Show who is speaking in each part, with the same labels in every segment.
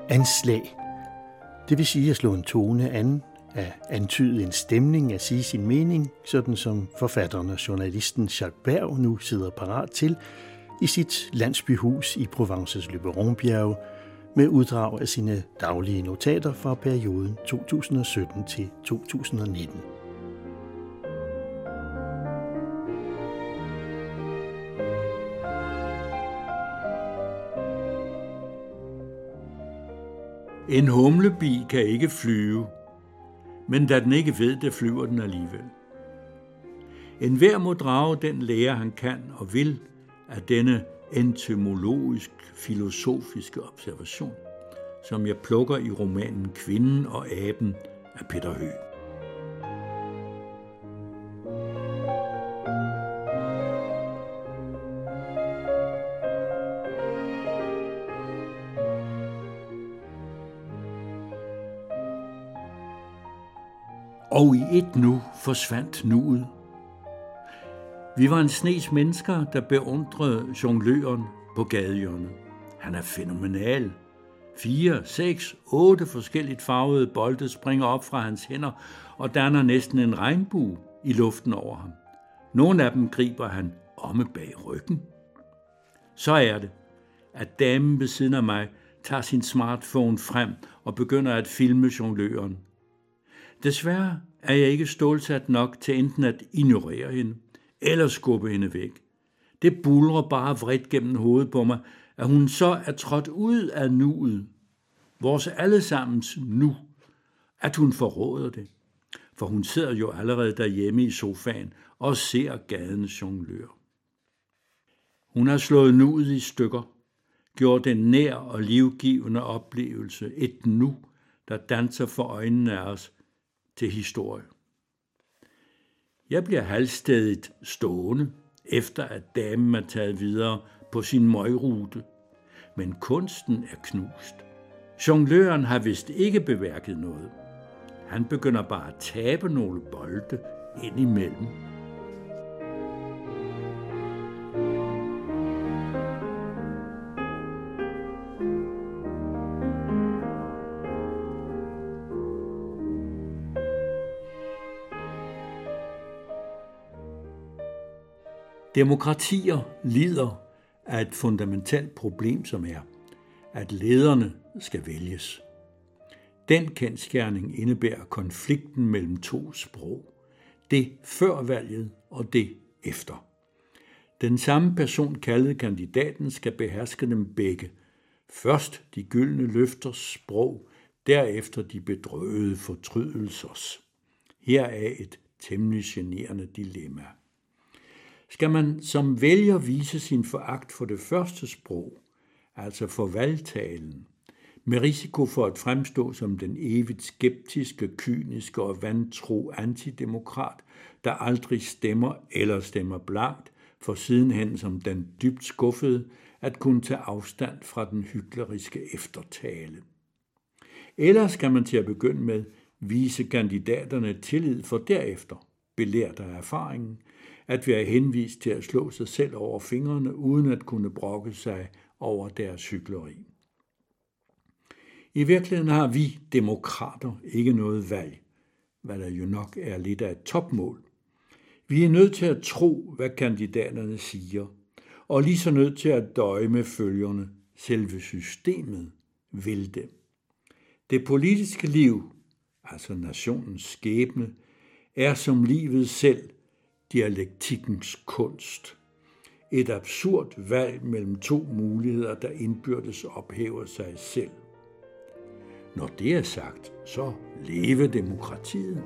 Speaker 1: Anslag. Det vil sige at slå en tone an, at antyde en stemning, at sige sin mening, sådan som forfatteren og journalisten Jacques Berg nu sidder parat til i sit landsbyhus i Provences Luberon-bjerge med uddrag af sine daglige notater fra perioden 2017 til 2019.
Speaker 2: En humlebi kan ikke flyve, men da den ikke ved det, flyver den alligevel. Enhver må drage den lære, han kan og vil, af denne entomologisk-filosofiske observation, som jeg plukker i romanen Kvinden og aben af Peter Høeg. Og i et nu forsvandt nuet. Vi var en snes mennesker, der beundrede jongløren på gadehjørnet. Han er fænomenal. 4, 6, 8 forskelligt farvede bolde springer op fra hans hænder og danner næsten en regnbue i luften over ham. Nogle af dem griber han omme bag ryggen. Så er det, at damen ved siden af mig tager sin smartphone frem og begynder at filme jongløren. Desværre er jeg ikke stålsat nok til enten at ignorere hende eller skubbe hende væk. Det buldrer bare vredt gennem hovedet på mig, at hun så er trådt ud af nuet, vores allesammens nu, at hun forråder det. For hun sidder jo allerede derhjemme i sofaen og ser gadens jonglør. Hun har slået nuet i stykker, gjort en nær og livgivende oplevelse, et nu, der danser for øjnene af os, til historie. Jeg bliver halvstædigt stående, efter at damen er taget videre på sin møgrute. Men kunsten er knust. Jongløren har vist ikke beværket noget. Han begynder bare at tabe nogle bolde ind imellem. Demokratier lider af et fundamentalt problem, som er, at lederne skal vælges. Den kendsgerning indebærer konflikten mellem to sprog. Det før valget og det efter. Den samme person kaldet kandidaten skal beherske dem begge. Først de gyldne løfters sprog, derefter de bedrøvede fortrydelsers. Her er et temmelig generende dilemma. Skal man som vælger vise sin foragt for det første sprog, altså for valgtalen, med risiko for at fremstå som den evigt skeptiske, kyniske og vantro antidemokrat, der aldrig stemmer eller stemmer blankt, for sidenhen som den dybt skuffede at kunne tage afstand fra den hykleriske eftertale? Eller skal man til at begynde med vise kandidaterne tillid for derefter, belært af erfaringen, at være henvist til at slå sig selv over fingrene, uden at kunne brokke sig over deres hykleri. I virkeligheden har vi demokrater ikke noget valg, hvad der jo nok er lidt af et topmål. Vi er nødt til at tro, hvad kandidaterne siger, og lige så nødt til at døje med følgerne. Selve systemet vil det. Det politiske liv, altså nationens skæbne, er som livet selv dialektikkens kunst. Et absurd valg mellem to muligheder, der indbyrdes ophæver sig selv. Når det er sagt, så leve demokratiet.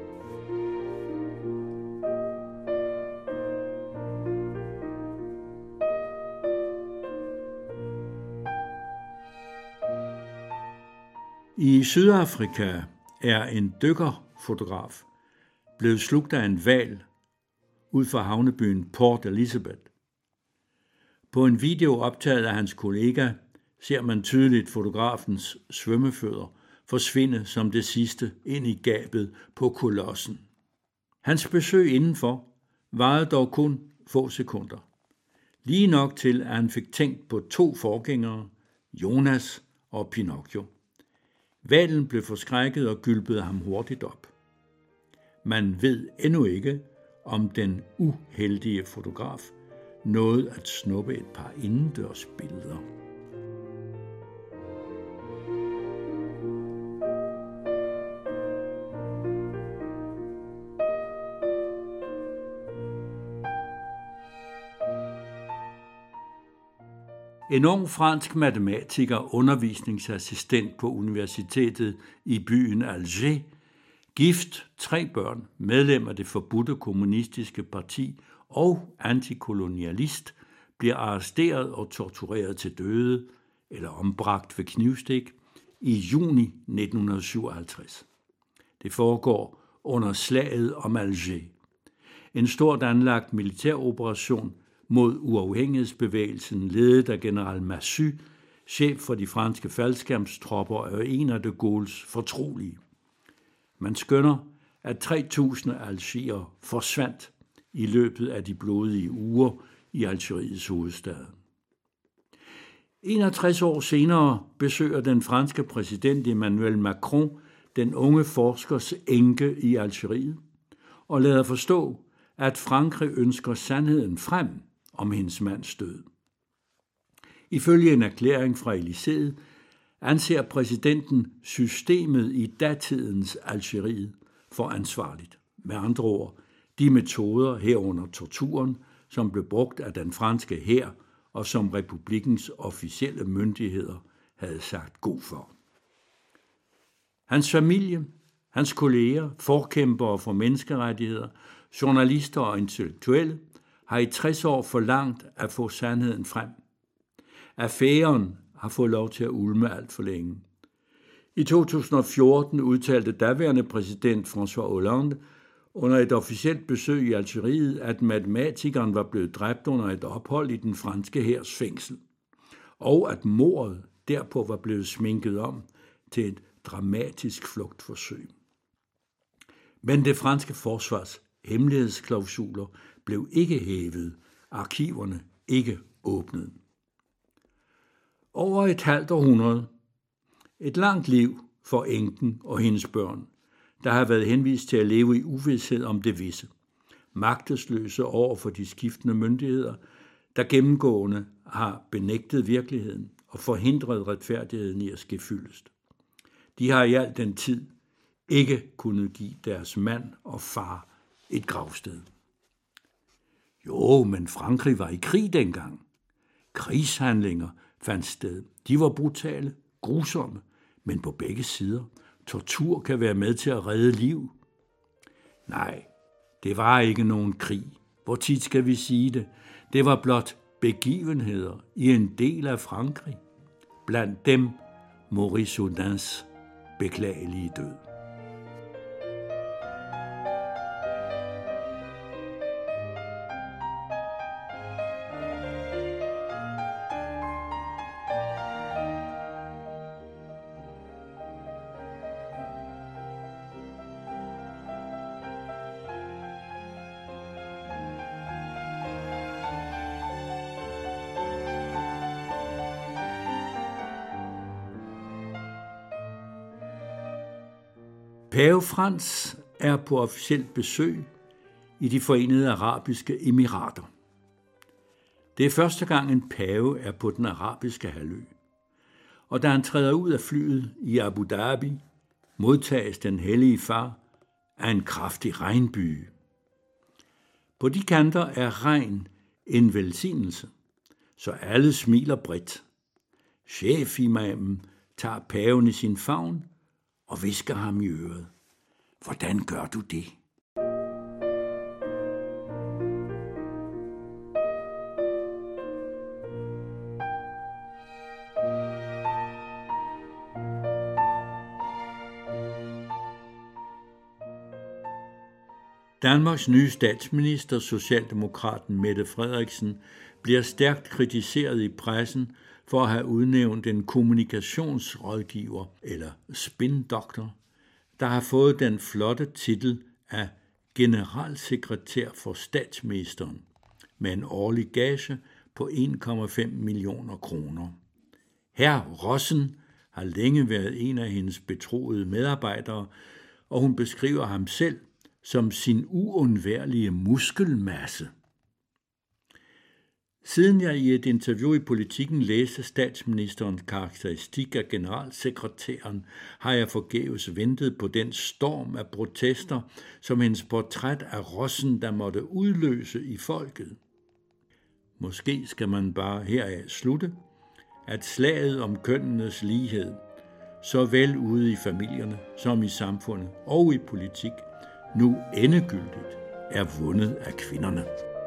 Speaker 2: I Sydafrika er en dykkerfotograf blevet slugt af en hval ud fra havnebyen Port Elizabeth. På en video optaget af hans kollega ser man tydeligt fotografens svømmefødder forsvinde som det sidste ind i gabet på kolossen. Hans besøg indenfor varede dog kun få sekunder. Lige nok til, at han fik tænkt på to forgængere, Jonas og Pinocchio. Hvalen blev forskrækket og gylpede ham hurtigt op. Man ved endnu ikke, om den uheldige fotograf nåede at snuppe et par indendørs billeder. En ung fransk matematiker, undervisningsassistent på universitetet i byen Alger, gift, 3 børn, medlem af det forbudte kommunistiske parti og antikolonialist, bliver arresteret og tortureret til døde eller ombragt ved knivstik i juni 1957. Det foregår under slaget om Alger. En stort anlagt militæroperation mod uafhængighedsbevægelsen ledet af general Massu, chef for de franske faldskærmstropper og en af de Gaulles fortrolige. Man skønner, at 3.000 algeriere forsvandt i løbet af de blodige uger i Algeriets hovedstad. 61 år senere besøger den franske præsident Emmanuel Macron den unge forskers enke i Algeriet og lader forstå, at Frankrig ønsker sandheden frem om hendes mands død. Ifølge en erklæring fra Élysée anser præsidenten systemet i datidens Algeriet for ansvarligt. Med andre ord, de metoder herunder torturen, som blev brugt af den franske hær og som republikkens officielle myndigheder havde sagt god for. Hans familie, hans kolleger, forkæmpere for menneskerettigheder, journalister og intellektuelle har i 60 år forlangt at få sandheden frem. Affæren har fået lov til at ulme alt for længe. I 2014 udtalte daværende præsident François Hollande under et officielt besøg i Algeriet, at matematikeren var blevet dræbt under et ophold i den franske hærs fængsel, og at mordet derpå var blevet sminket om til et dramatisk flugtforsøg. Men det franske forsvars hemmelighedsklausuler blev ikke hævet, arkiverne ikke åbnet. Over et halvt århundrede, et langt liv for enken og hendes børn, der har været henvist til at leve i uvished om det visse, magtesløse over for de skiftende myndigheder, der gennemgående har benægtet virkeligheden og forhindret retfærdigheden i at ske fyldest. De har i al den tid ikke kunnet give deres mand og far et gravsted. Jo, men Frankrig var i krig dengang. Krigshandlinger fandt sted. De var brutale, grusomme, men på begge sider. Tortur kan være med til at redde liv. Nej, det var ikke nogen krig. Hvor tit skal vi sige det? Det var blot begivenheder i en del af Frankrig. Blandt dem Maurice Audins beklagelige død. Pave Frans er på officielt besøg i de Forenede Arabiske Emirater. Det er første gang en pave er på den arabiske halvø, og da han træder ud af flyet i Abu Dhabi, modtages den hellige far af en kraftig regnbyge. På de kanter er regn en velsignelse, så alle smiler bredt. Chefimamen tager paven i sin favn og hvisker ham i øret. Hvordan gør du det? Danmarks nye statsminister, socialdemokraten Mette Frederiksen, bliver stærkt kritiseret i pressen for at have udnævnt en kommunikationsrådgiver eller spindoktor, der har fået den flotte titel af generalsekretær for statsministeren med en årlig gage på 1,5 millioner kroner. Herr Rossen har længe været en af hendes betroede medarbejdere, og hun beskriver ham selv som sin uundværlige muskelmasse. Siden jeg i et interview i Politiken læste statsministerens karakteristik af generalsekretæren, har jeg forgæves ventet på den storm af protester, som hendes portræt af Rossen, der måtte udløse i folket. Måske skal man bare heraf slutte, at slaget om kønnenes lighed, såvel ude i familierne som i samfundet og i politik, nu endegyldigt er vundet af kvinderne.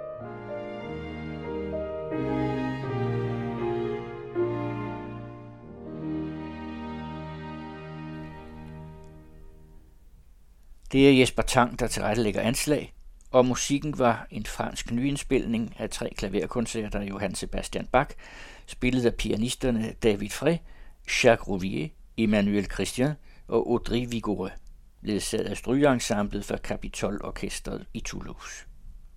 Speaker 3: Det er Jesper Tang, der tilrettelægger Anslag, og musikken var en fransk nyindspilning af 3 klaverkoncerter af Johann Sebastian Bach, spillet af pianisterne David Frey, Jacques Rouvier, Emmanuel Christian og Audrey Vigoureux, ledsaget af strygeensemblet fra Capitol Orkestret i Toulouse.